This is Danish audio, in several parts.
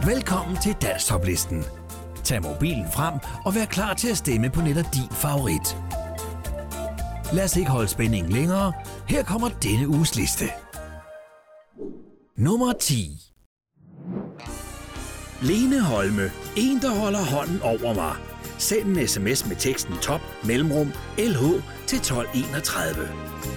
Velkommen til Danstoplisten. Tag mobilen frem og vær klar til at stemme på netop din favorit. Lad os ikke holde spændingen længere. Her kommer denne uges liste. Nummer 10. Lene Holme. En, der holder hånden over mig. Send en sms med teksten top mellemrum LH til 1231.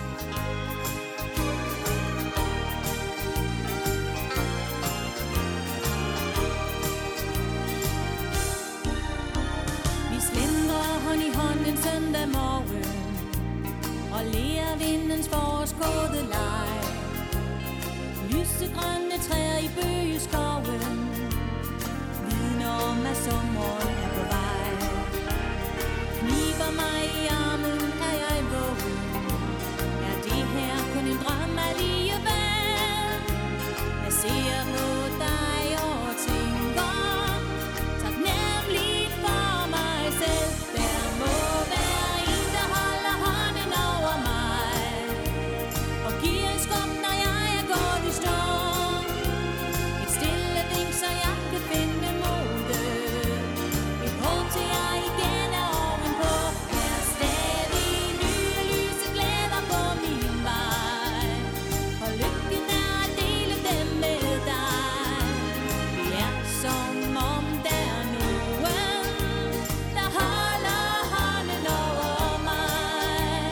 Vi slendrer hånd i hånd en søndag morgen og ler vindens forårskåde leg. Lysegrønne træer i bøgeskoven vidner om, at sommeren er på vej. Kniber mig i armen, er jeg vågen. Er det her kun en drøm alligevel? Jeg ser på dig og tænker taknemmeligt for mig selv. Der må være en, der holder hånden over mig og giver en skub, når jeg er gået i stå. Et stille vink, så jeg kan finde modet. Et håb til jeg igen er ovenpå. Der er stadig nye lyse glæder på min vej, og lykken er at dele dem med dig. Det er som om der er nogen, der holder hånden over mig.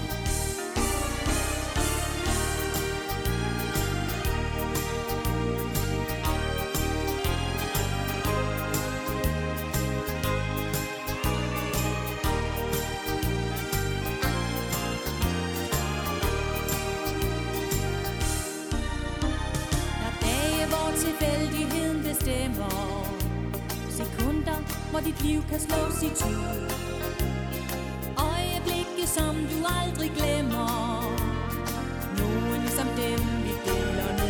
Der er dage, hvor tilfældigheden bestemmer. Sekunder, hvor dit liv kan slås i tu. Øjeblikke, som du aldrig glemmer. Nogen ligesom dem, vi deler nu.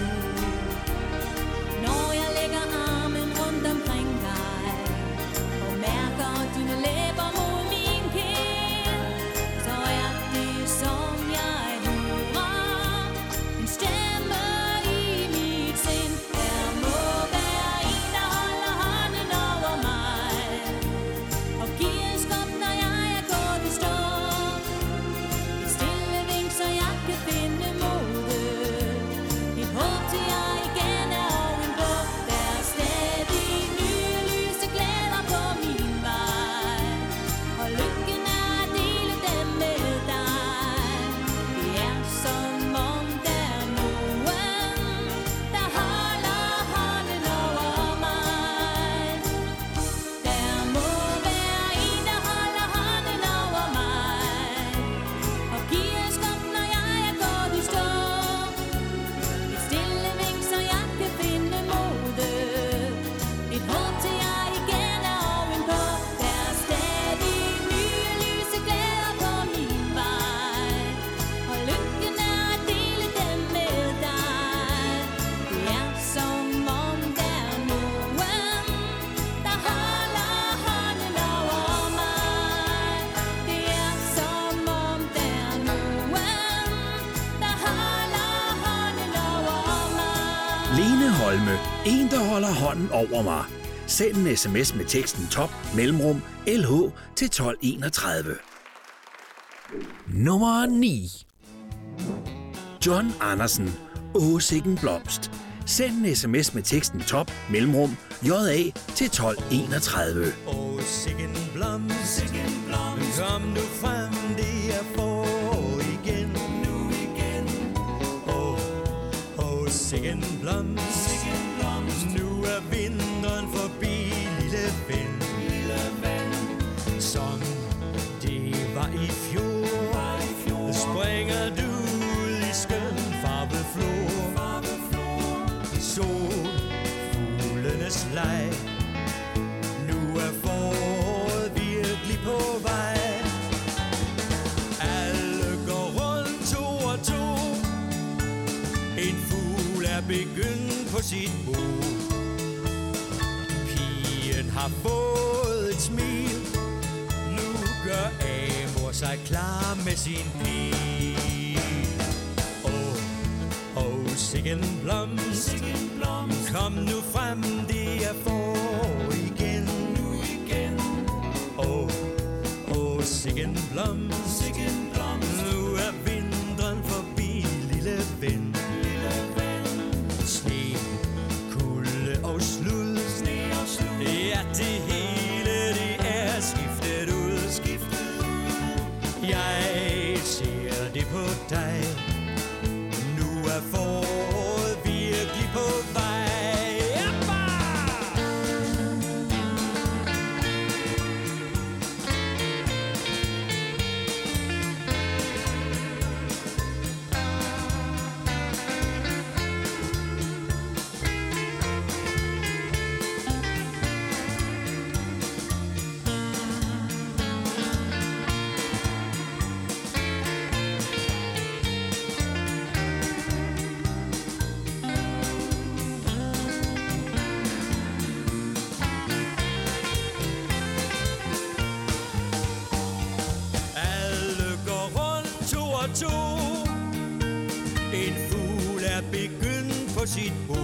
Når jeg lægger armen rundt omkring dig og mærker dine læber mod min kind, så er det som jeg hører en stemme i mit sind. Der må være en, der holder hånden over mig og giver en skub, når jeg er gået i stå. Et stille vink, så jeg kan finde modet. Et håb til jeg igen er ovenpå. Der er stadig nye lyse glæder på min vej, og lykken er at dele dem med dig. Det er som om der er nogen, der holder hånden over mig. Der må være en, der holder hånden over mig og giver en skub, når jeg er gået i stå. Et stille vink, så jeg kan finde modet. Et håb til jeg igen er ovenpå. Der er stadig nye lyse glæder på min vej, og lykken er at dele dem med dig. Det er som om der er nogen, der holder hånden over mig. Det er som om der er nogen, der holder hånden over mig. Lene Holme. En, der holder hånden over mig. Send en sms med teksten top mellemrum LH til 1231. Nummer 9. John Andersen. Åh, sikken blomst. Send en sms med teksten top mellemrum JA til 1231. Åh, sikken blomst, kom nu frem, det er forår igen. Åh, sikken blomst, nu er vinteren forbi, lille ven. Som det var i fjor, springer du ud i skøn farvet flor. Sol, fuglenes leg, nu er foråret virkelig på vej. Alle går rundt to og to, en fugl er begyndt på sit bo. Pigen har fået et smil, nu gør Amor sig klar med sin pil. Åh, sikken blomst, kom nu frem, det er for igen. Sikken blomst, nu er vinteren forbi, lille ven. Sne, kulde og slud, ja, det hele, det er skiftet ud. Jeg ser det på dig, nu er foråret virkelig på vej. En fugl er begyndt på sit bo.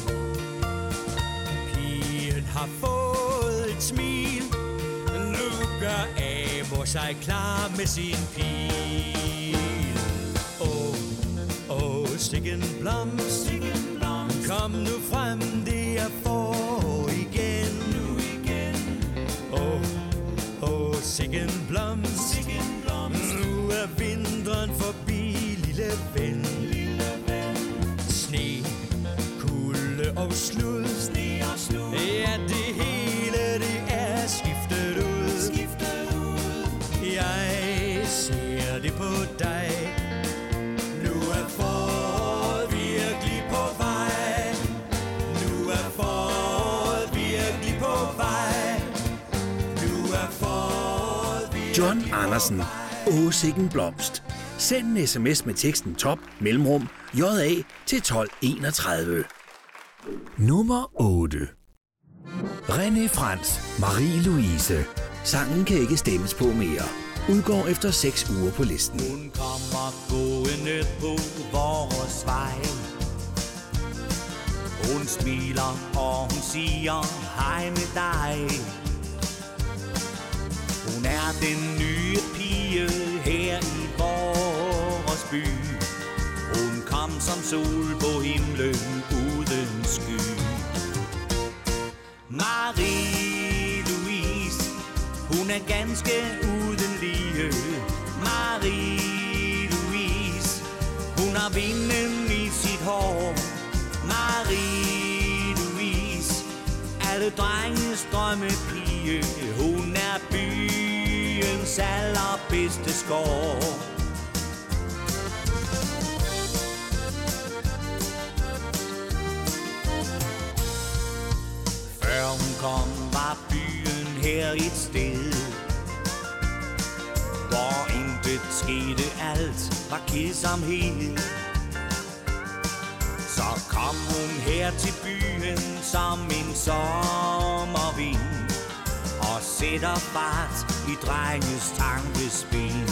Pigen har fået et smil. Nu gør Amor sig klar med sin pil. Sikken blomst, kom nu frem, det er for igen. Sikken blomst, nu er vinteren forbi, lille ven. Sne, kulde og slud, ja, det hele, det er skiftet ud. Jeg ser det på dig, nu er foråret virkelig på vej. Nu er foråret virkelig på vej. Nu er foråret virkelig. John Andersen. Sikken blomst. Send en sms med teksten top mellemrum JA til 1231. Nummer 8. René Frans, Marie-Louise. Sangen kan ikke stemmes på mere. Udgår efter 6 uger på listen. Hun kommer gående på vores vej. Hun smiler og hun siger hej med dig. Hun er den nye pige her i vores by. Hun kom som sol på himlen uden sky. Marie-Louise, hun er ganske uden lige. Marie-Louise, hun har vinden i sit hår. Marie-Louise, alle drenges drømmepige. Hun er byens allerbedste skår. Før hun kom, var byen her et sted, hvor intet skete, alt var kedsomhed. Så kom hun her til byen som en sommervind og sætter fart i drenges tankespind.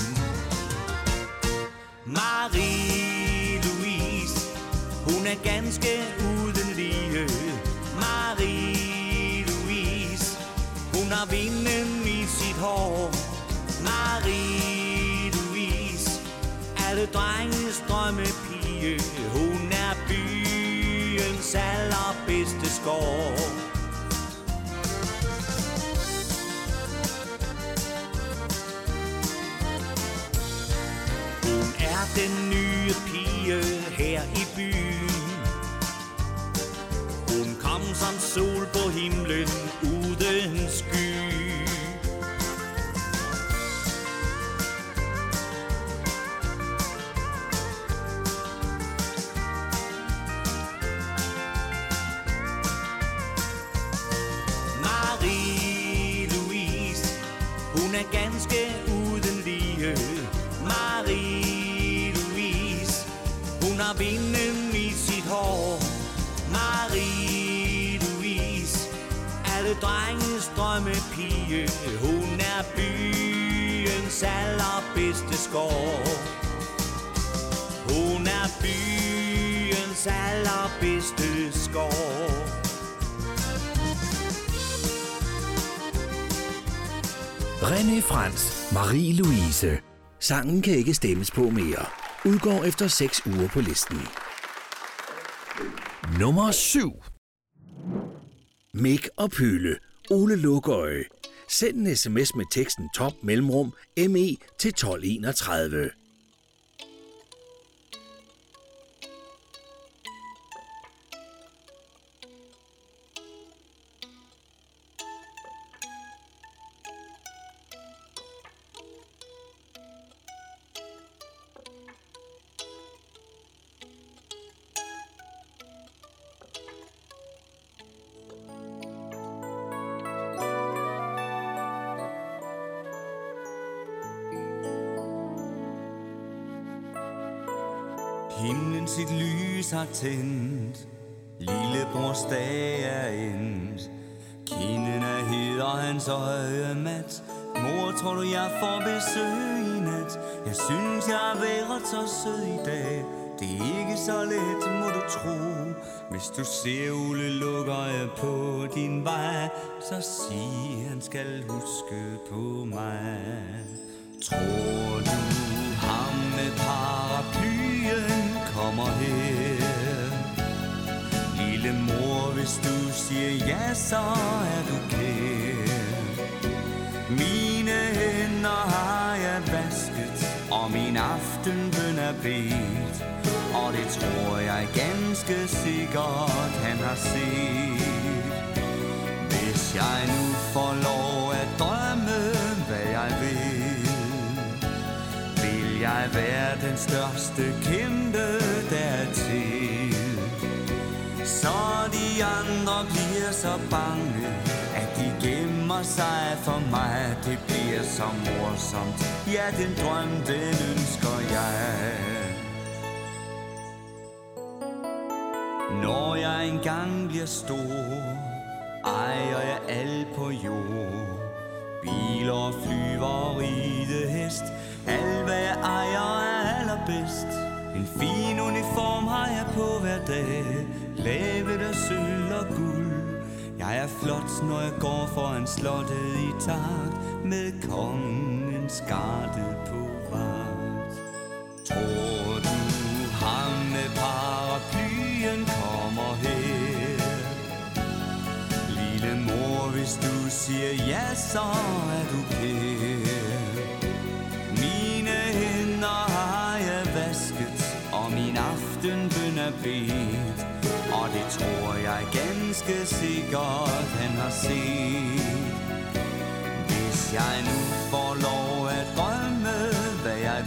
Marie-Louise, hun er ganske uden lige. Marie-Louise, hun har vinden i sit hår. Marie-Louise, alle drenges drømmepige. Hun er byens allerbedste skår. Hun er den nye pige her i byen. Hun kom som sol på himlen uden sky. Marie-Louise, hun er ganske uden lige. Marie-Louise, hun har vinden i sit hår. Marie-Louise, alle drenges drømmepige. Hun er byens allerbedste skår. Hun er byens hesteskår. René Frans, Marie-Louise. Sangen kan ikke stemmes på mere. Udgår efter 6 uger på listen. Nummer 7. Mik og Pølle, Ole Lukøje. Send en sms med teksten top mellemrum ME til 1231. Himlen sit lys har tændt, lillebrors dag er endt. Kinden er hed og hans øje mat. Mor, tror du jeg får besøg i nat? Jeg synes jeg har været så sød i dag. Det er ikke så let, må du tro. Hvis du ser Ole Lukøje på din vej, så sig han skal huske på mig. Tror du ham med paraplyen kommer her? Lille mor, hvis du siger ja, så er du kær. Mine hænder har jeg vasket, og min aftenbøn er bedt. Og det tror jeg ganske sikkert han har set. Hvis jeg nu får lov at drømme, hvad jeg vil jeg være den største kæmpe dertil. Så de andre bliver så bange, at de gemmer sig for mig. Det bliver så morsomt, ja, den drøm, den ønsker jeg. Når jeg engang bliver stor, ejer jeg alt på jord. Biler, flyver og ridehest, alt hvad jeg ejer er allerbedst. En fin uniform har jeg på hver dag, lavet af sølv og guld. Jeg er flot, når jeg går foran slottet i takt, med kongens garde på vagt. Tror du ham med paraplyen kommer her? Lille mor, hvis du siger ja, så er du kær. Mine hænder har jeg vasket, og min aftenbøn er bedt. Og det tror jeg ganske sikkert han har set. Hvis jeg nu får lov at drømme, hvad jeg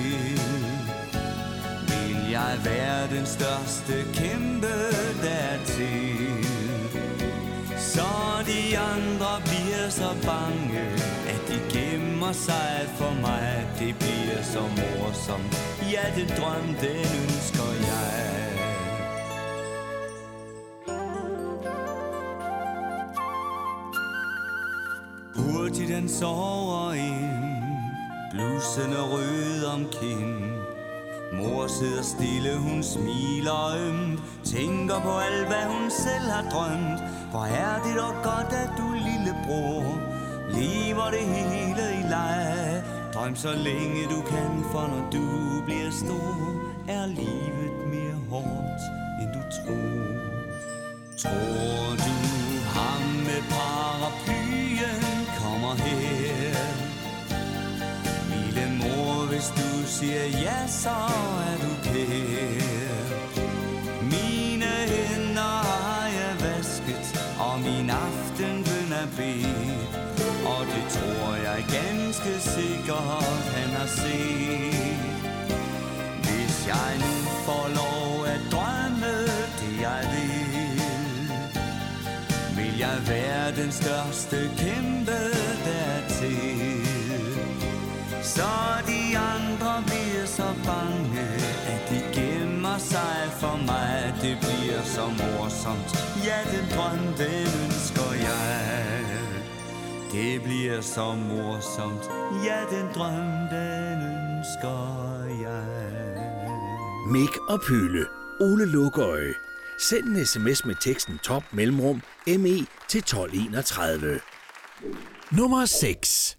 vil jeg være den største kæmpe dertil. Så de andre bliver så bange, at de gemmer sig for mig. Det bliver så morsomt, ja, den drøm, den ønsker jeg. Hurtigt den sover ind, blusen er rød om kind. Mor sidder stille, hun smiler ømt, tænker på alt, hvad hun selv har drømt. Hvor er det dog godt, at du, lillebror, lever det hele i leg. Drøm så længe du kan, for når du bliver stor, er livet mere hårdt, end du tror. Tror du ham med paraplyen kommer her? Lille mor, hvis du siger ja, så er du kær. Mine hænder har jeg vasket, og min aftenbøn er bedt. Og det tror jeg ganske sikkert han har set. Hvis jeg nu får lov at drømme det jeg vil jeg være den største kæmpe dertil. Så de andre bliver så bange, at de gemmer sig for mig. Det bliver så morsomt, ja, den drøm, den ønsker jeg. Det bliver så morsomt, ja, den drøm, den ønsker jeg. Mik og Pølle, Ole Lukøje. Send en sms med teksten top mellemrum ME til 1231. Nummer 6.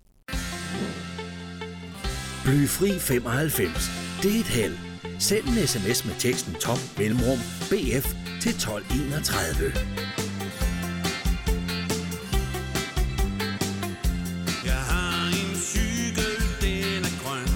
Blyfri 95. Det er et held. Send en sms med teksten top mellemrum BF til 1231. Jeg har en cykel, den er grøn,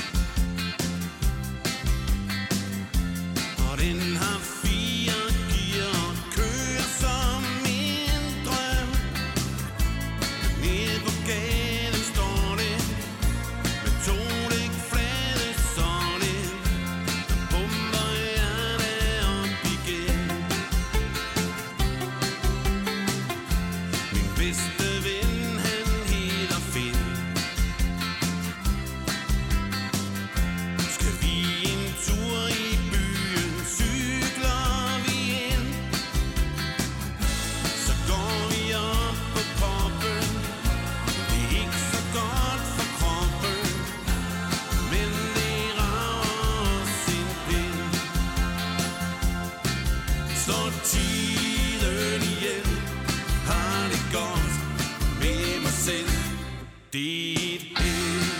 og den har 4 gear og kører som en drøm. Nede på gaden står det med 2 dæk flade såle. Der pumper jeg derop igen. Min bedste ven, han hedder Finn. Skal vi en tur i byen, cykler vi ind. Så går vi op på poppen. Det er ikke så godt for kroppen, men det rager os en pind. Slår tiden ihjel, har det godt med mig selv. Det er et held.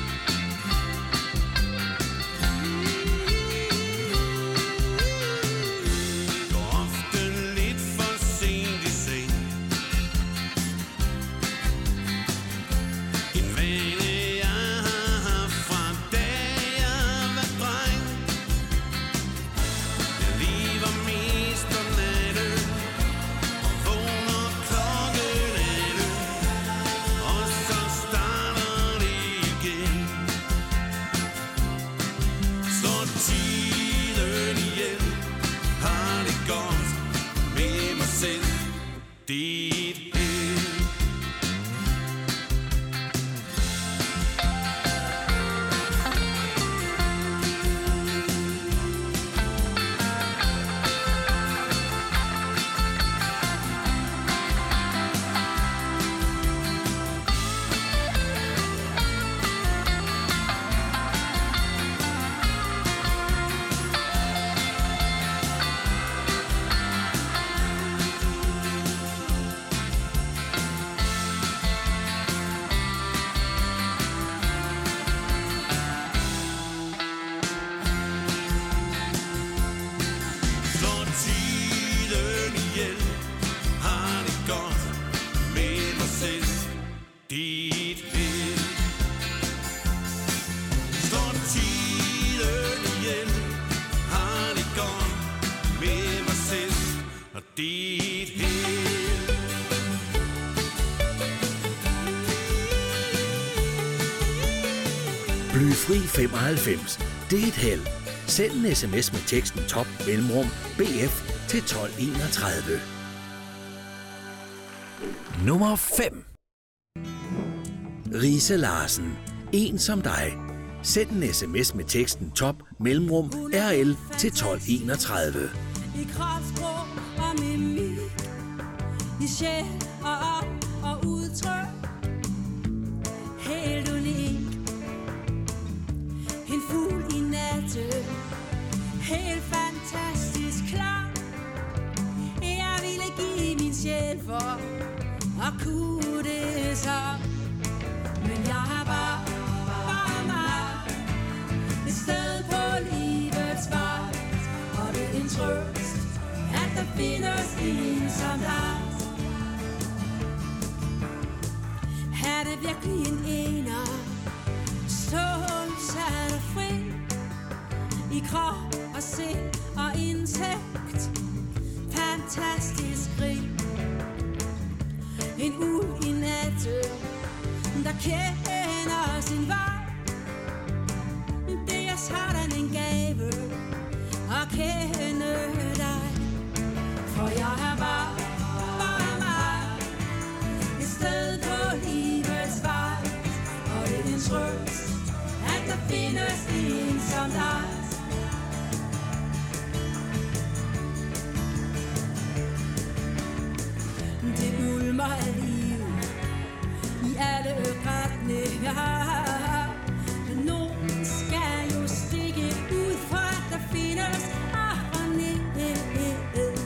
Går ofte lidt for sent i seng. En vane jeg har haft fra da jeg var dreng. Jeg lever mest om natten og vågner klokken 18, og så starter det igen. Slår tiden ihjel, har det godt med mig selv. Det er et held. Slår tiden ihjel, har det godt med mig selv. Det er et held. Slår tiden ihjel, har det godt med mig selv. Og det er et held. Blyfri 95. Det er et held. Send en sms med teksten top mellemrum BF til 1231. Nummer 5. Rise Larsen. En som dig. Send en sms med teksten top mellemrum RL til 1231. I kropsprog og mimik, i sjæl og ånd og udtryk, helt unik. En fugl i natten, helt fantastisk klar. Jeg ville give min sjæl for at kunne det så, men jeg har bare mig et sted på livets vej, og det er en trøst, at der findes en som dig. Er det virkelig en ener, som sætter fri i krop og sind og indsigt, fantastisk rig. En ulv i natten, der kender sin vej. Det er sådan en gave at kende dig, for jeg er bare mig, et sted på livets vej, og det er en trøst, at der findes en som dig. Det ulmer af liv i alle retninger. Nogen skal jo stikke ud, for at der findes harmoni.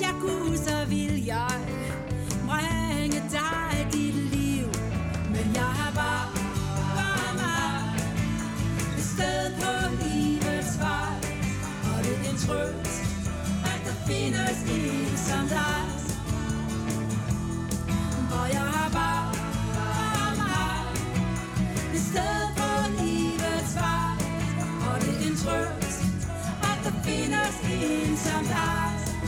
jeg kunne, så vil jeg bringe dig dit liv. Men jeg har bare et sted på livets vej, og det er en trøst, at der findes en som dig. For jeg har bare et sted på livets vej, og det er en trøst, at der findes en som dig.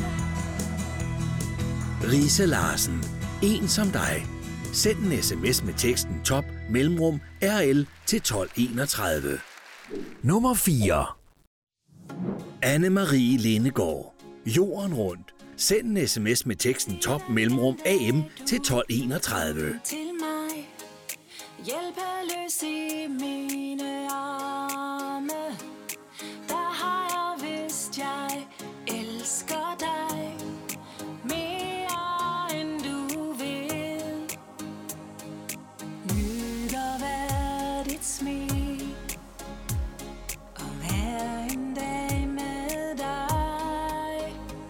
Rise Larsen, en som dig. Send en sms med teksten top mellemrum RL til 1231. Nummer 4. Anne-Marie Lindegaard, Jorden rundt. Send en sms med teksten top mellemrum AM til 1231. Til mig, hjælpeløs i mine arme, der har jeg vidst, jeg elsker dig mere end du vil. Nyder hvad dit smil, og hver en dag med dig.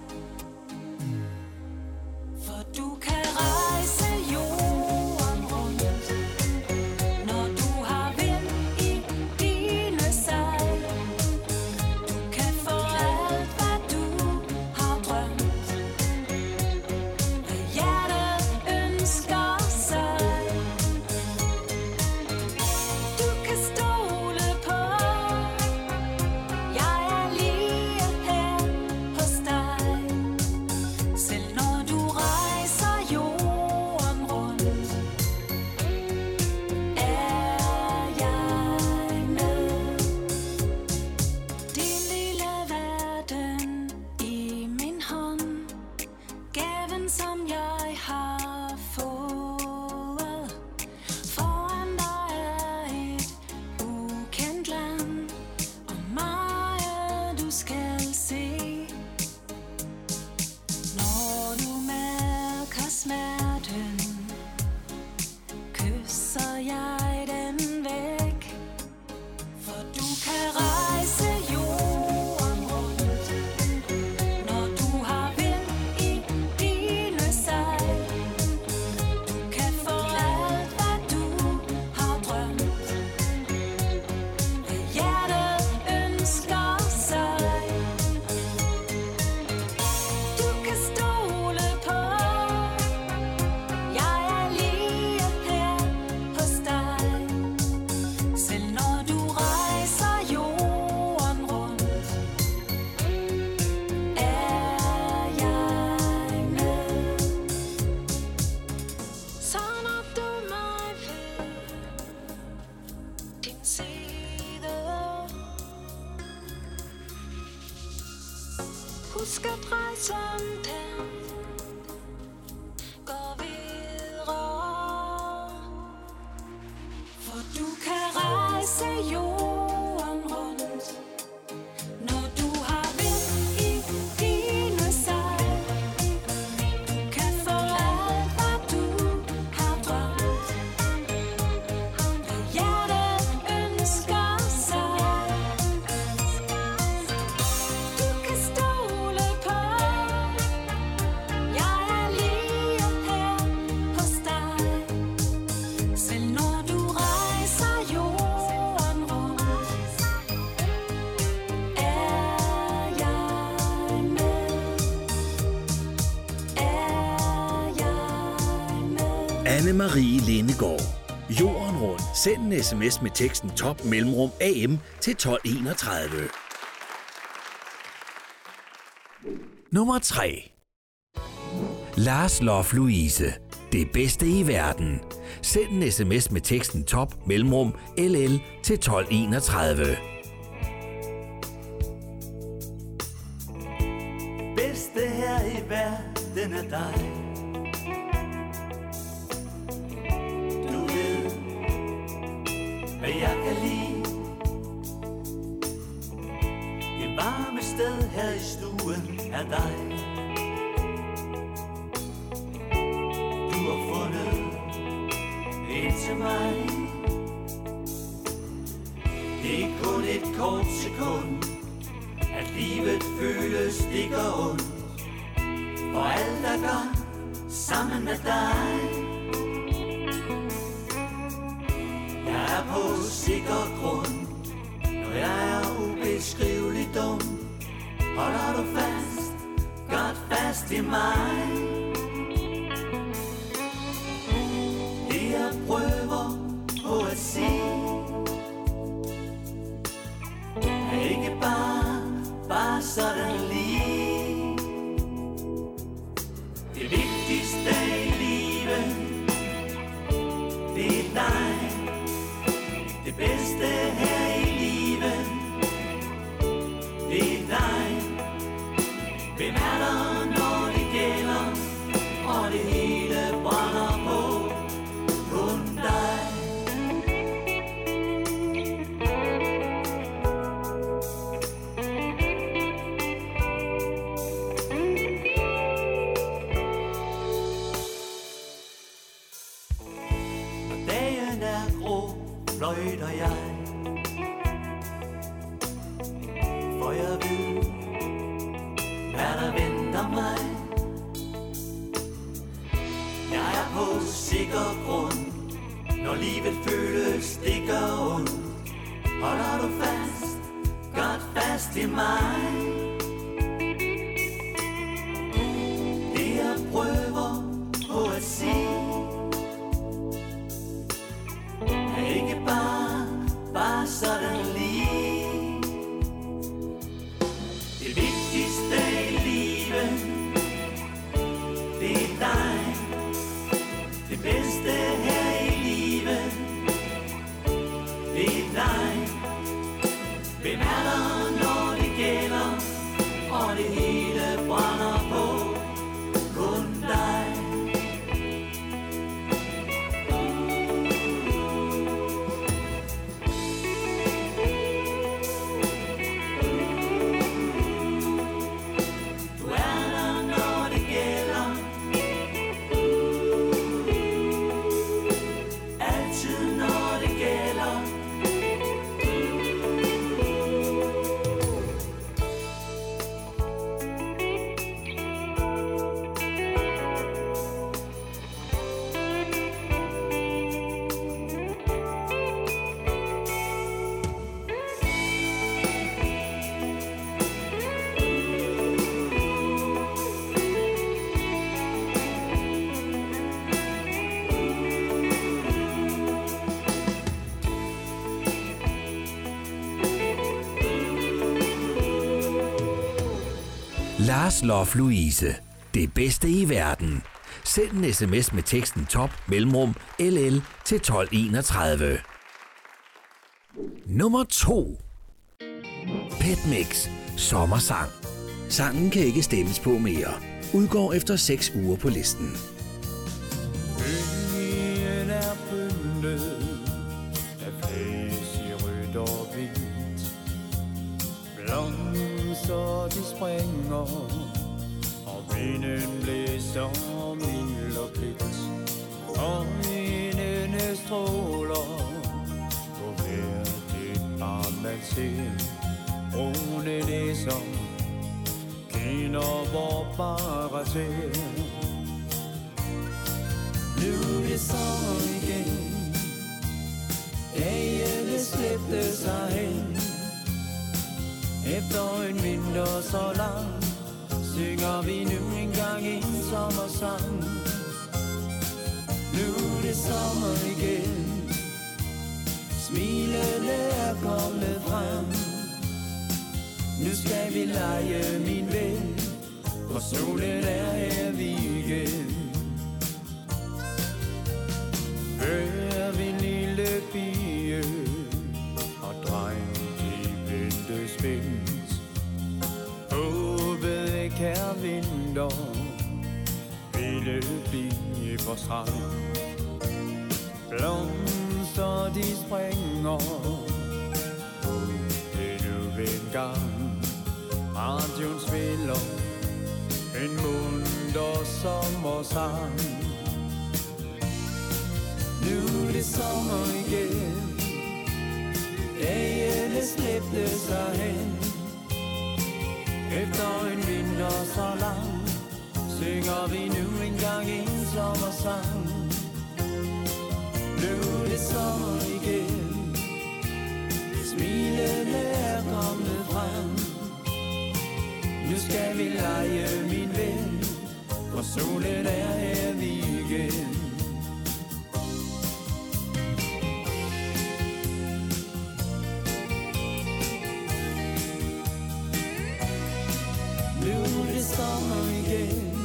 For du kan rejse jorden rundt, når du har vind i dine sejl. Du kan få alt, hvad du har drømt, hvad hjertet ønsker sig. Du kan stole på, jeg er lige her hos dig. Selv når du rejser jorden rundt, er jeg med. Din lille verden i min hånd, gaven som jeg har fået. Foran dig er et ukendt land, og meget du skal se. Når du mærker smerten, kysser jeg den væk. For du kan rejse jorden rundt, når du har vind i dine sejl. Du kan få alt, hvad du har drømt, hvad hjertet ønsker sig. Du kan stole på, jeg er lige her hos dig. Selv når du rejser jorden rundt, er jeg med. Så når du mig ved din side, husk at rejsen den går videre. For du kan rejse jorden rundt, når du har vind i dine sejl. Du kan få alt, hvad du har drømt, hvad hjertet ønsker sig. Du kan stole på, jeg er lige her hos dig. Selv når du rejser jorden rundt, er jeg med. Er jeg med. Anne-Marie Lindegaard, Jorden rundt. Send en sms med teksten top mellemrum AM til 1231. Nummer 3. Lars Love Louise, det bedste i verden. Send en sms med teksten top mellemrum LL til 1231. Bedste her i verden er dig. Du ved, hvad jeg kan lide. Det varme sted her i stuen er dig. Du har fundet ind til mig. Det er kun et kort sekund, at livet føles, det gør ondt. For jeg godt sammen med dig. Jeg er på sikker grund, når jeg er ubeskriveligt dum. Holder du fast, godt fast i mig. Det jeg prøver på at sige er ikke bare sådan lige. Det vigtigste i livet, det er dig. Det bedste her i livet, det er dig. Hvem er der, når det gælder, og det hele brænder på? Kun dig. Når dagen er grå, fløjter jeg, for jeg ved, hvad der venter mig. Jeg er på sikker grund, når livet føles det gør ondt. Holder du fast, godt fast i mig. Det jeg prøver på at sige er ikke bare sådan lige. Det vigtigste i livet, det er dig. Det bedste her i livet, det er dig. Hvem er der, når det gælder, og det hele brænder på? Kun dig. Du er der, når det gælder, altid når det gælder. Lars Love Louise. Det bedste i verden. Send en sms med teksten top mellemrum LL til 1231. Nummer 2. Petmix. Sommersang. Sangen kan ikke stemmes på mere. Udgår efter 6 uger på listen. Byen er pyntet af flæs i rødt og hvidt. Blomster de springer, og vinden blæser mild og blidt. Øjnene stråler på hvert et barn man ser. Brune næser kinder hvor bare ser. Nu er det sommer igen, dagene slæbte sig hen. Efter en vinter så lang, synger vi nu engang en sommersang. Nu er det sommer igen, smilene er kommet frem. Nu skal vi lege, min ven, for solen er her vi igen. Hør vi en lille pige, og dreng de vente spændt. Håbet ikke her vinter, ville blive for strand. Blomster de springer, det nu en gang. Radioen spiller en munter sommersang. Nu er det sommer igen, dagene slæbte sig hen. Efter en vinter så lang, synger vi nu engang en sommersang. Nu er det sommer igen, smilene er kommet frem. Nu skal vi lege, min ven, for solen er her igen. Nu er det sommer igen,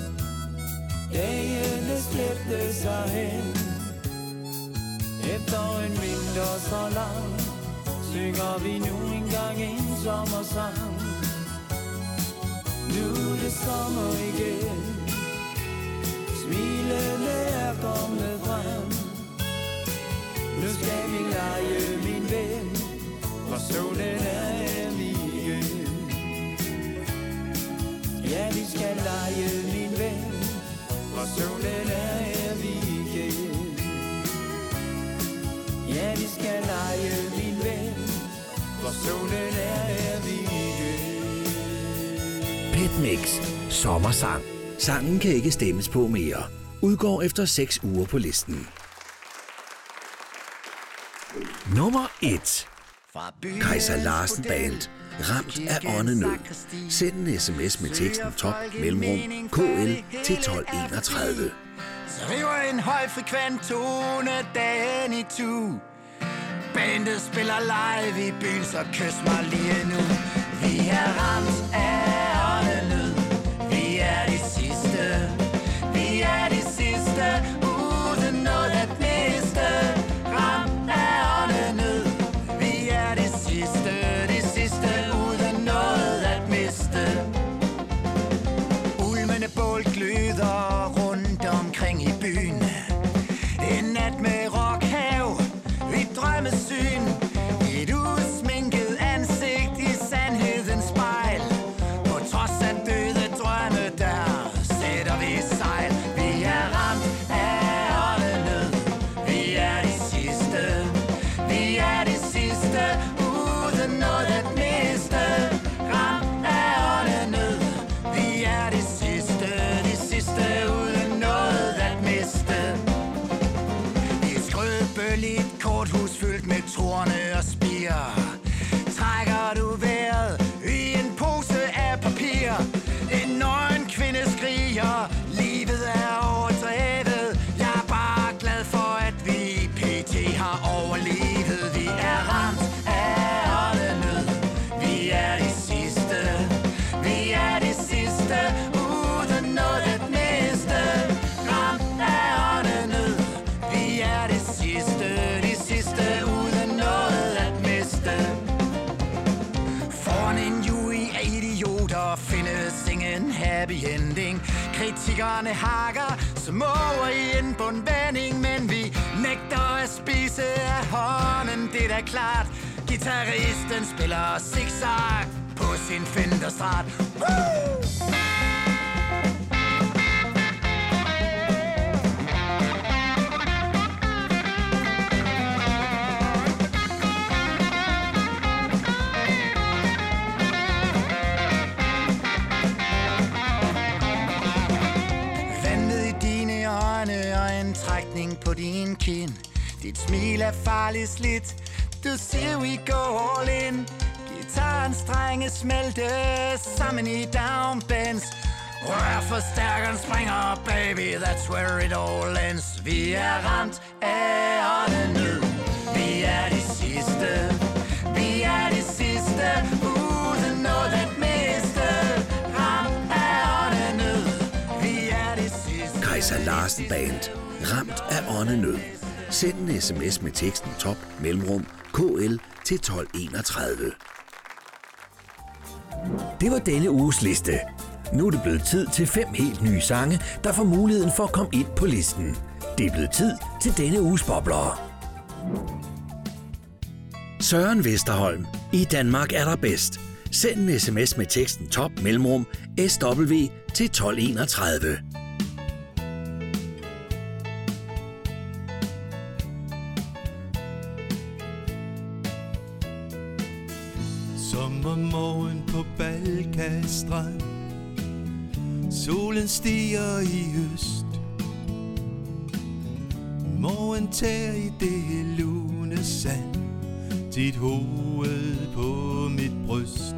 dagene slæbte sig hen. Efter en vinter så lang, synger vi nu engang en sommersang. Nu er det sommer igen, smilene er kommet frem. Nu skal vi lege, min ven, for solen er her igen. Ja, vi skal lege, min ven, for solen er her igen. Ja, vi skal lege, min ven, for solen er her igen. Pet Mix. Sommersang. Sangen kan ikke stemmes på mere. Udgår efter 6 uger på listen. Nummer 1. Kaiser Larsen Band. Ramt af åndenød. Send en sms med teksten top mellemrum KL til 1231. Så river en højfrekvent tone dagen i tu. Bandet spiller live i byen, så kys mig lige nu. Vi er ramt af åndenød. Vi er de sidste. Vi er de sidste. Uden noget at miste. Ramt af åndenød. Vi er de sidste. De sidste. Uden noget at miste. Ulmende bål gløder rundt omkring i byen. En nat med rockhav i drømmesyn. Et udsminket ansigt i sandhedens spejl. På trods af døde drømme, der sætter vi sejl. Vi er ramt af åndenød. Vi er de sidste. Vi er de sidste. Uden noget at miste. Ramt af åndenød. Vi er de sidste. De sidste. Uden noget at miste. Et skrøbeligt korthus fyldt med torne og spir. Trækker du vejret i en pose af papir. En nøgen kvinde skriger. Livet er overdrevet. Jeg er bare glad for, at vi pt. Har overlevet. Vi er ramt af åndenød. Vi er de sidste. Vi er de sidste. Uden noget at miste. Ramt af åndenød. Vi er de sidste. De sidste. Uden noget at miste. Foran en jury af idioter findes ingen happy ending. Kritikerne hakker som over i en bundvending. Men vi nægter at spise af hånden, det er da klart. Gitarristen spiller zigzag på sin Fender-Strat. Woo! Vandet i dine øjne og en trækning på din kind. Dit smil er farligt slidt. Du siger we go all in. Gitarens strenge smelte sammen i downbends. Rørforstærkeren springer, baby, that's where it all ends. Vi er ramt af åndenød. Vi er de sidste. Vi er de sidste. Uden noget at miste. Ramt af åndenød. Vi er de sidste. Kaiser Larsen Band. Ramt af åndenød. Send en sms med teksten top mellemrum KL til 1231. Det var denne uges liste. Nu er det blevet tid til 5 helt nye sange, der får muligheden for at komme ind på listen. Det er blevet tid til denne uges boblere. Søren Vesterholm. I Danmark er der bedst. Send en sms med teksten top mellemrum SW til 1231. Sommermorgen på Balkan Strand. Solen stiger i øst. Morgen tager i det lune sand dit hoved på mit bryst.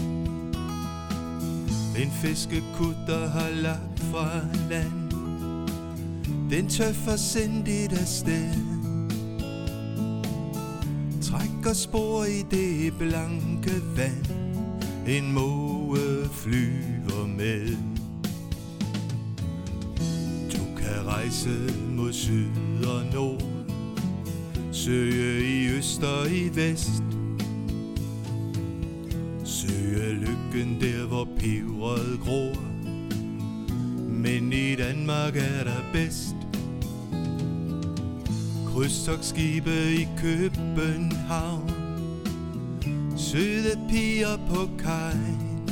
En fiskekutter har lagt fra land. Den tøffer sindigt afsted. Trækker spor i det blanke vand. En måge flyver med. Du kan rejse mod syd og nord. Søge i øst og i vest. Søge lykken der hvor peberet gror. Men i Danmark er der bedst. Krydstogtskibe i København. Søde piger på kajen.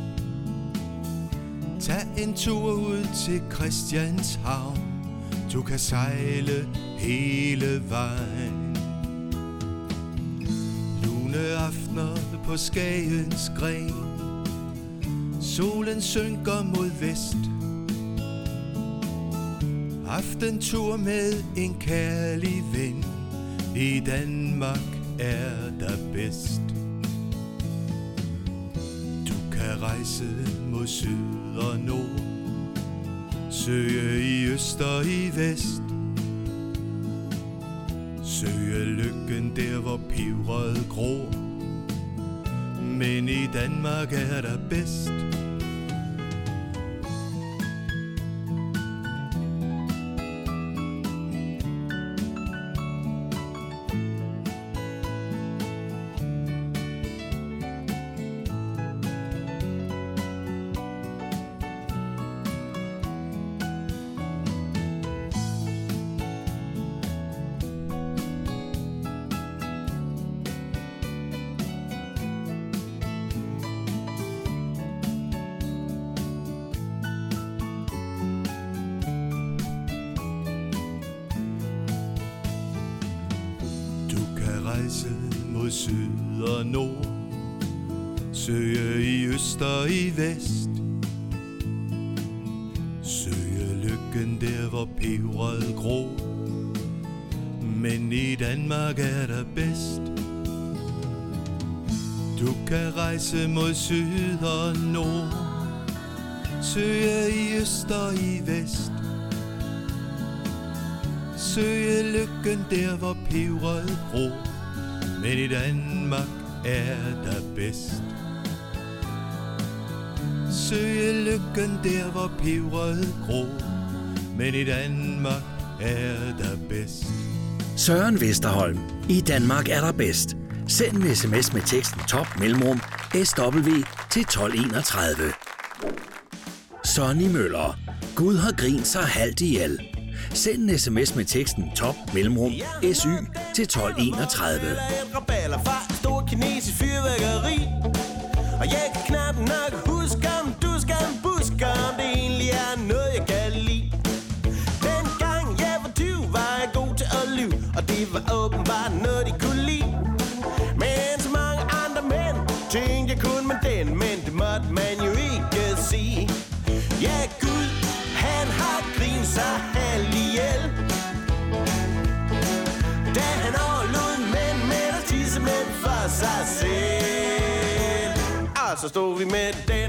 Tag en tur ud til Christianshavn. Du kan sejle hele vejen. Lune aftener på Skagens gren. Solen synker mod vest. Aftentur med en kærlig ven. I Danmark er der bedst. Du kan rejse mod syd og nord. Søge i øst og i vest. Søge lykken der hvor peberet gror. Men i Danmark er der bedst. Rejse mod syd og nord. Søge i øst og i vest. Søge lykken der hvor peberet gror. Men i Danmark er der bedst. Du kan rejse mod syd og nord. Søge i øst og i vest. Søge lykken der hvor peberet gror. Men i Danmark er der bedst. Søge lykken der hvor peberet gror. Men i Danmark er der bedst. Søren Vesterholm. I Danmark er der bedst. Send en sms med teksten top mellemrum SW til 1231. Sonny Møller. Gud har grint sig halvt ihjel. Send en sms med teksten top mellemrum SY til 1231. Raballer fra et stort kinesisk fyrværkeri. Og jeg kan knap nok huske om du skal buske, om det egentlig er noget jeg kan lide. Dengang jeg var 20 var jeg god til at lyve, og det var åbenbart noget de kunne lide. Men så mange andre mænd tænkte jeg kun med den, men det måtte man jo ikke sige. Ja Gud, han har grint sig halvt ihjel. Da han overlod mænd med at tisse mænd for sig selv. Og så stod vi med den.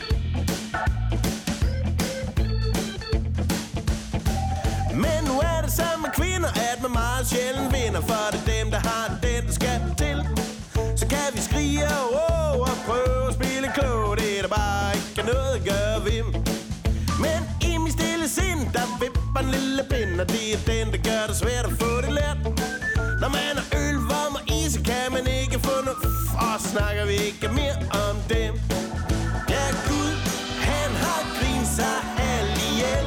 Men nu er det samme med kvinder, at man meget sjældent vinder. For det er dem, der har den, der skal til. Så kan vi skrige og prøve at spille klog. Det er der bare ikke noget at gøre ved. Men i min stille sind, der vipper en lille pind. Og det er den, der gør det svært at få det lært. Når man har øl, varm og is, så kan man ikke få noget. Og så snakker vi ikke mere om dem. Ja Gud, han har grint sig halvt ihjel.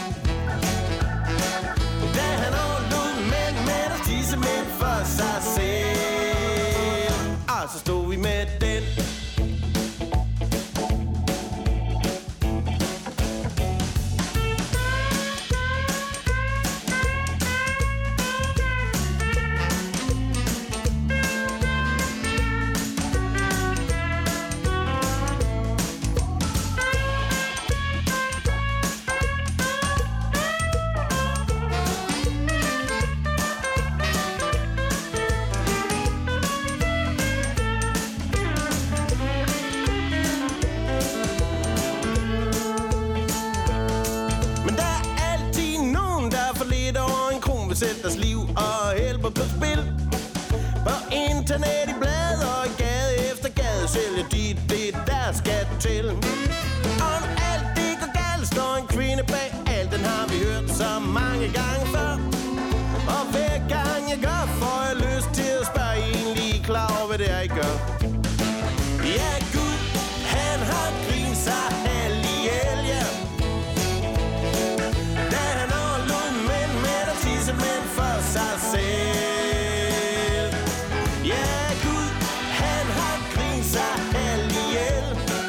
Da han overlod mænd med at tisse mænd for sig selv. Og så stod vi med dem. vil sætte deres liv og helbred på spil. På internet, i blad og i gade efter gade sælger de det, der skal til. Og når alt det går galt, står en kvinde bag alt. Den har vi hørt så mange gange før. Og hver gang jeg gør, får jeg lyst til at spørge egentlig klar over, hvad det er, I gør. Ja, Gud, han har grint sig halv ihjel, ja. Da han overlod mænd og tissemænd for sig selv. Ja, Gud, han har grint sig halv ihjel.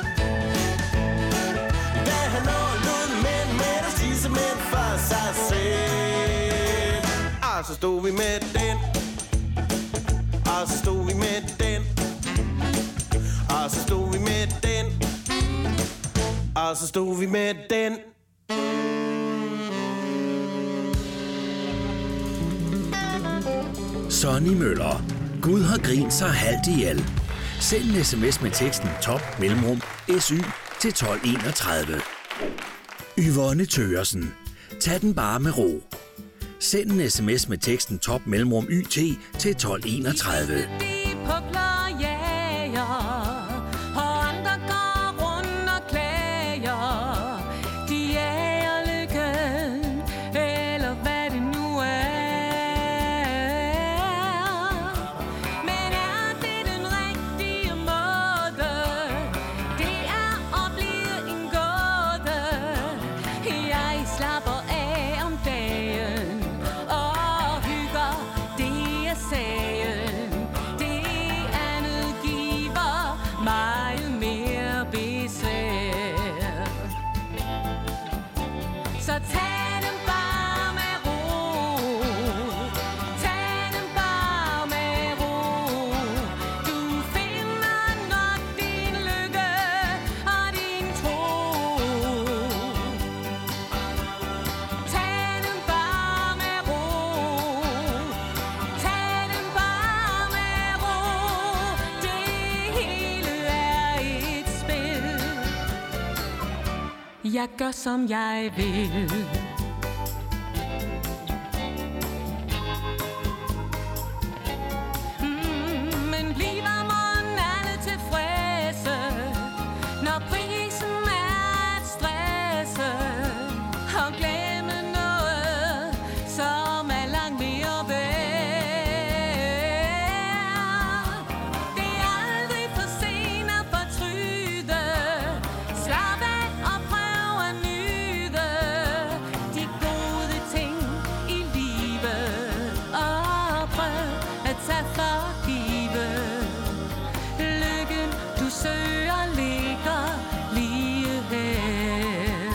Da han overlod mænd og tissemænd for sig selv. Og så stod vi med den. Og så stod vi med den. Og så stod vi med den. Og så stod vi med den. Sonny Møller. Gud har grint sig halvt ihjel. Send en sms med teksten top mellemrum SY til 1231. Yvonne Thøgersen. Tag den bare med ro. Send en sms med teksten top mellemrum YT til 1231. Jeg gør som jeg vil. Men bliver mon alle tilfredse, når prisen er at stresse og glemme noget, som er langt mere værd. Det er aldrig for sent at fortryde. Slap af og prøv at nyde de gode ting i livet, og prøv at tage for givet. Lykken du søger ligger lige her.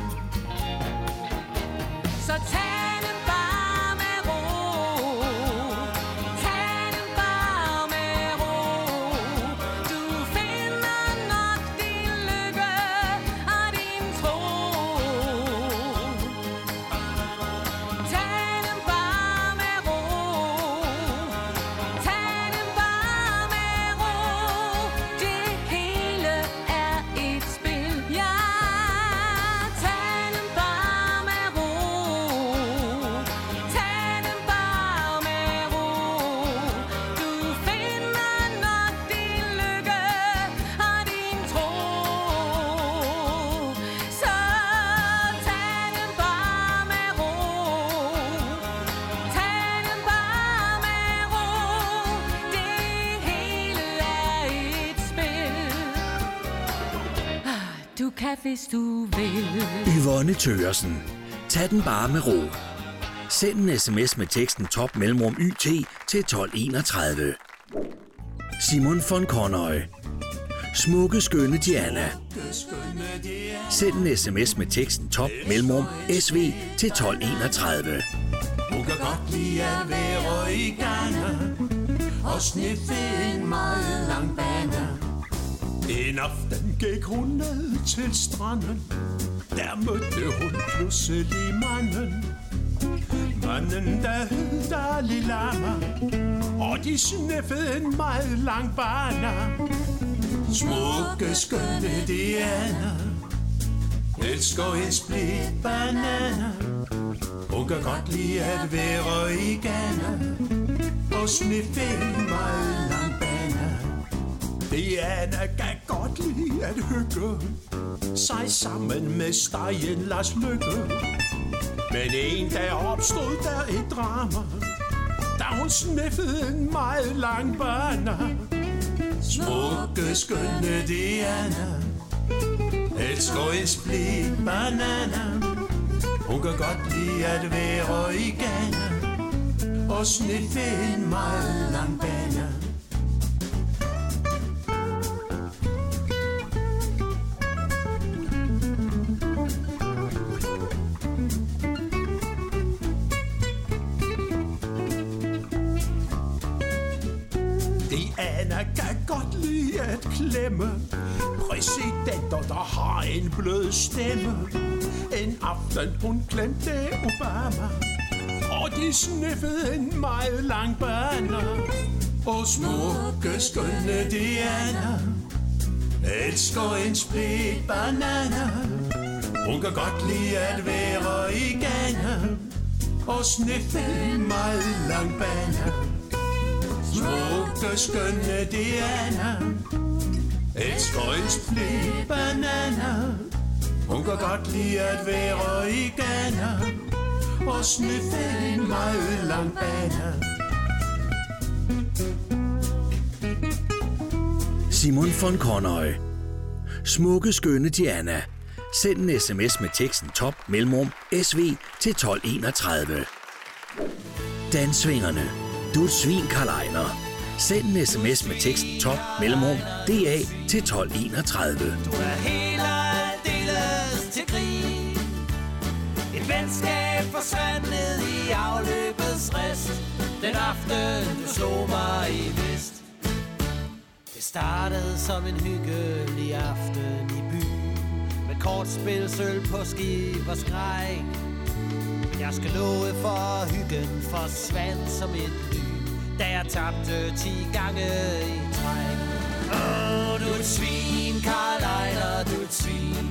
Så tag den bare med ro. Tag den bare med ro. Du finder nok din lykke og din tro. Tag den bare med ro. Tag den bare med ro. Det hele er et spil. Ja, tag den bare med ro. Tag den bare med ro. Du finder nok din lykke og din tro. Så tag den bare med ro. Tag den bare med ro. Det hele er et spil. Du kan, hvis du vil. Yvonne Thøgersen. Tag den bare med ro. Send en sms med teksten top mellemrum YT til 1231. Simon von Kornøj. Smukke skønne Diana. Send en sms med teksten top mellemrum SV til 1231. Hun kan godt lide at være i gange og sniffe en meget lang bane. En aften gik hun ned til stranden. Der mødte hun pludselig manden. Manden, der hed Dalai Lama, og de sniffede en meget lang bane. Smukke, skønne Diana elsker en split banana. Hun Hun kan godt lide at være i Ghana og sniffe en meget lang bane. Diana kan godt lide at hygge sig sammen med stegen Lars Lykke. Men en dag opstod der et drama, da hun sniffede en meget lang bane. Smukke, skønne Diana elsker en split banana. Hun kan godt lide at være i Ghana og sniffe en meget lang bane. Diana kan godt lide at klemme præsidenter, der har en blød stemme. En aften hun glemte Obama, og de sniffede en meget lang bane. Og smukke, skønne Diana elsker en split banana. Hun kan godt lide at være i Ghana og sniffe en meget lang bane. Smukke, skønne Diana elsker en split banana. Hun kan godt lide at være i Ghana og sniffe en meget lang bane. Simon von Kornøy. Smukke, skønne Diana. Send en sms med teksten top mellemrum SV til 1231. Dansvingerne. Du er et svin, Karl Ejner. Send en sms med teksten top mellemrum DA til 1231. Du er helt aldeles til grin. Et venskab forsvandt ned i afløbets rest. Den aften du slog mig i vest. Det startede som en hyggelig aften i byen, med kortspil, sølv på skib og skræk. Men jeg skal love for, hyggen forsvandt som et lyn, da jeg tabte 10 gange i træk. Åh, du er et svin, Karl Ejner, du er et svin.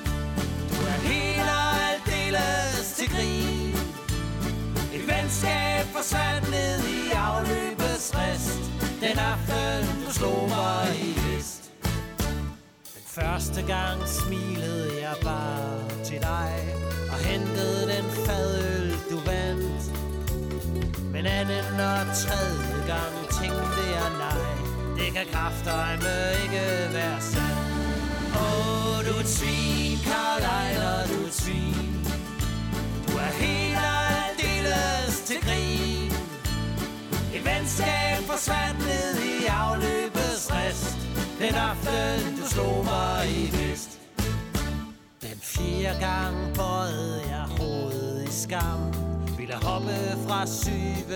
Du er helt og aldeles til grin. Et venskab forsvandt ned i afløbets rest. Den aften du slog mig i vest. Den første gang smilede jeg bare til dig og hentede den fadøl du vandt. Men anden og tredje gang tænkte jeg nej, det kan kraftedeme ikke være sandt. Åh, du er et svin, Karl Ejner, du er et svin. Du er helt og aldeles til grin. Et venskab forsvandt ned i afløbets rest. Den aften du slog mig i vest. Den 4. gang bøjede jeg hovedet i skam, ville hoppe fra 7.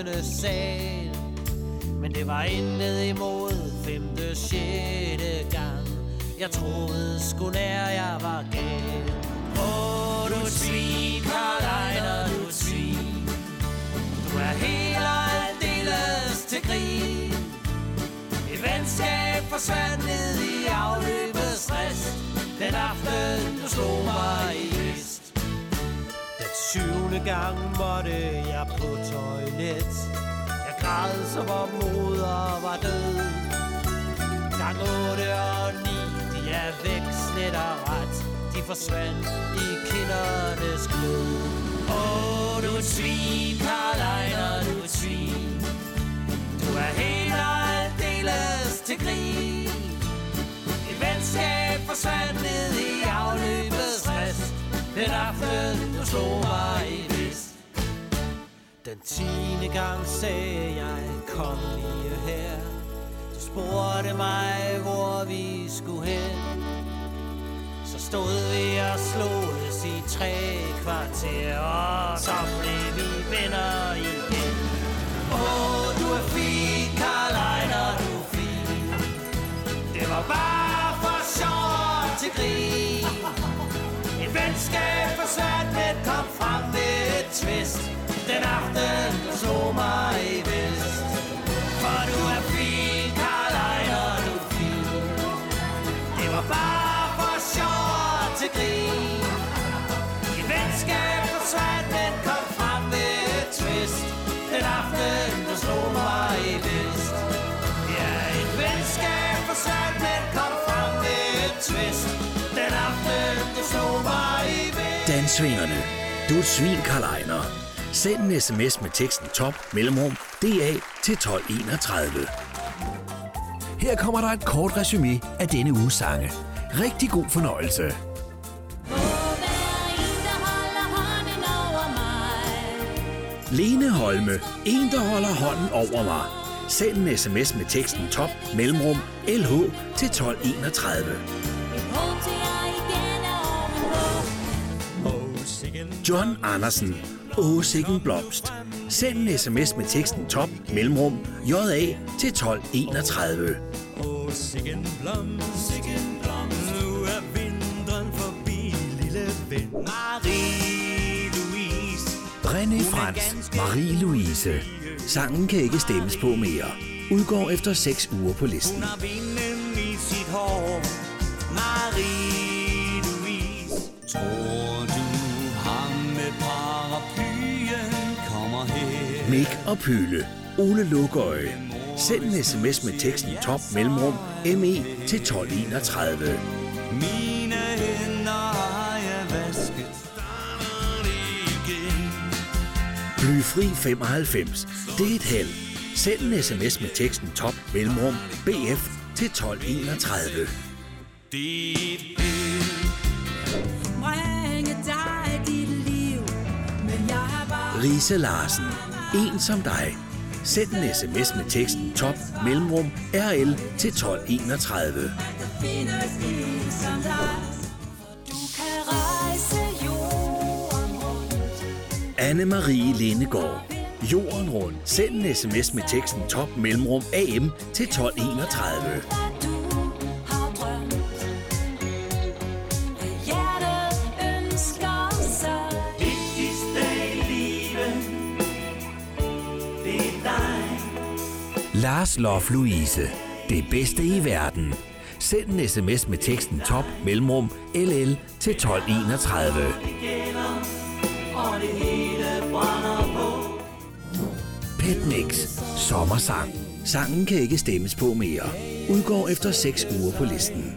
sal. Men det var intet imod 5. 6. gang. Jeg troede sgu nær jeg var gal. Åh, du er et svin, Karl Ejner, du er et svin. Du er helt og aldeles til grin. Et venskab forsvandt ned i afløbets rest. Den aften du slog mig i vest. Den 7. gang måtte jeg på toilet. Jeg græd som om moder var død. Gang 8 og 9, de er væk slet og ret. De forsvandt i kindernes glød. Åh, du er et svin, Karl Ejner, du er et svin. Du er helt og aldeles til grin. Et venskab forsvandt ned i afløbets rest. Den aften du slog mig i vest. Den 10. gang sagde jeg, kom lige her. Du spurgte mig, hvor vi skulle hen. Så stod vi og sloges i 3 kvarter, og så blev vi venner igen. Åh, du er fin, Karl Ejner, du er fin. Det var bare for sjov til grin. Et venskab forsvandt, men kom frem med et twist. Den aften du slog mig i vest. For du er fin, Karl Ejner, du er fin. Det var bare for sjov til grin. Et venskab forsvandt, men kom frem fest. Den aften, du slog mig i vest. Dansvingerne. Du er et svin, Karl Ejner. Send en sms med teksten top mellemrum DA til 1231. Her kommer der et kort resumé af denne uges sange. Rigtig god fornøjelse. Lene Holme, en der holder hånden over mig. Send en sms med teksten top mellemrum LH til 1231. John Andersen, Åh sikken blomst. Send en sms med teksten top mellemrum JA til 1231. Åh, sikken blomst, nu er vinteren forbi, lille ven. Marie-Louise. René Frans, Marie-Louise. Sangen kan ikke stemmes på mere. Udgår efter 6 uger på listen. Hun har vinden i sit hår. Marie-Louise. Tror du ham med paraplyen kommer her? Mik og Pøle, Ole Lukøje. Send en sms med teksten top mellemrum ME til 1231. Mine hænder har jeg vasket. Blyfri 95. Det er et held. Send en sms med teksten top mellemrum BF til 1231. Det er et held. Bringe dig dit liv, men jeg har bare Lise Larsen. En som dig. Send en sms med teksten top mellemrum RL til 1231. findes en som dig. Du kan rejse jorden rundt. Anne-Marie Lindegård. Jorden rundt. Send en sms med teksten top mellemrum AM til 1231. Hvad du har drømt. Hjertet ønsker sig. Vigtigste i livet, det er dig. Lars Love Louise. Det bedste i verden. Send en sms med teksten top mellemrum LL til 1231. Og det hele brænder på. Pet Mix. Sommersang. Sangen kan ikke stemmes på mere. Udgår efter 6 uger på listen.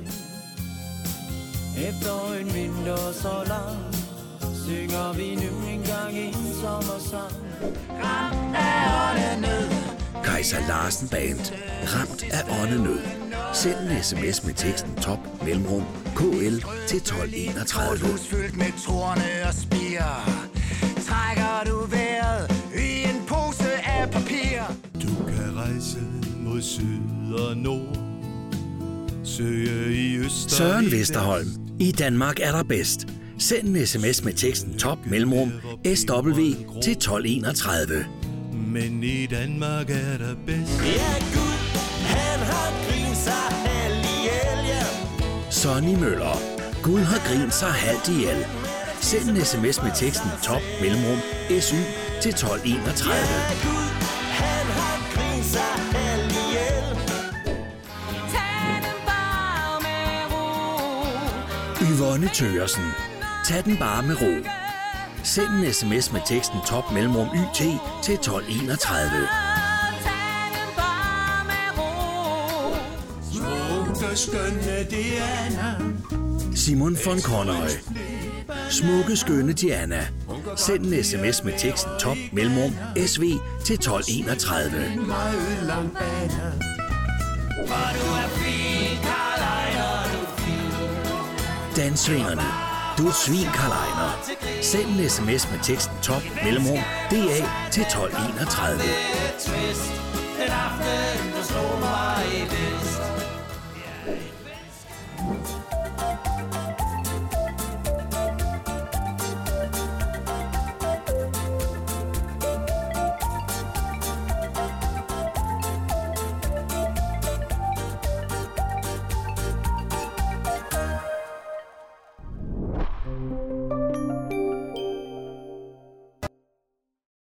Efter en vinter så lang, synger vi nu engang en sommersang. Ramt af åndenød. Kaiser Larsen Band. Ramt af åndenød. Send en sms med teksten top mellemrum KL til 1231. Hus fyldt med torne og spir. Trækker du vejret i en pose af papir. Du kan rejse mod syd og nord. Søge i øst og Søren i Vesterholm. I Danmark er der bedst. Send en sms med teksten top mellemrum SW til 1231. Men i Danmark er der bedst. Ja, Gud, han har grint sig halv ihjel, ja. Sonny Møller. Gud har grint sig halvt ihjel. Send en sms med teksten top mellemrum SY til 1231. Ja, Gud, han har grint sig halv ihjel. Tag den bare med ro. Yvonne Thøgersen. Tag den bare med ro. Send en sms med teksten top mellemrum YT til 1231. Tag den bare med ro. Smukt og skønne Diana. Simon von Conøy. Smukke skønne Diana. Send en sms med teksten top mellemrum SV til 1231. Meget lang bane. Og du er fin, Karl Ejner, du er fin. Dansvingerne. Du er et svin, Karl Ejner. Send en sms med teksten top mellemrum DA til 1231. Det er twist, den aften, du slog mig i vest.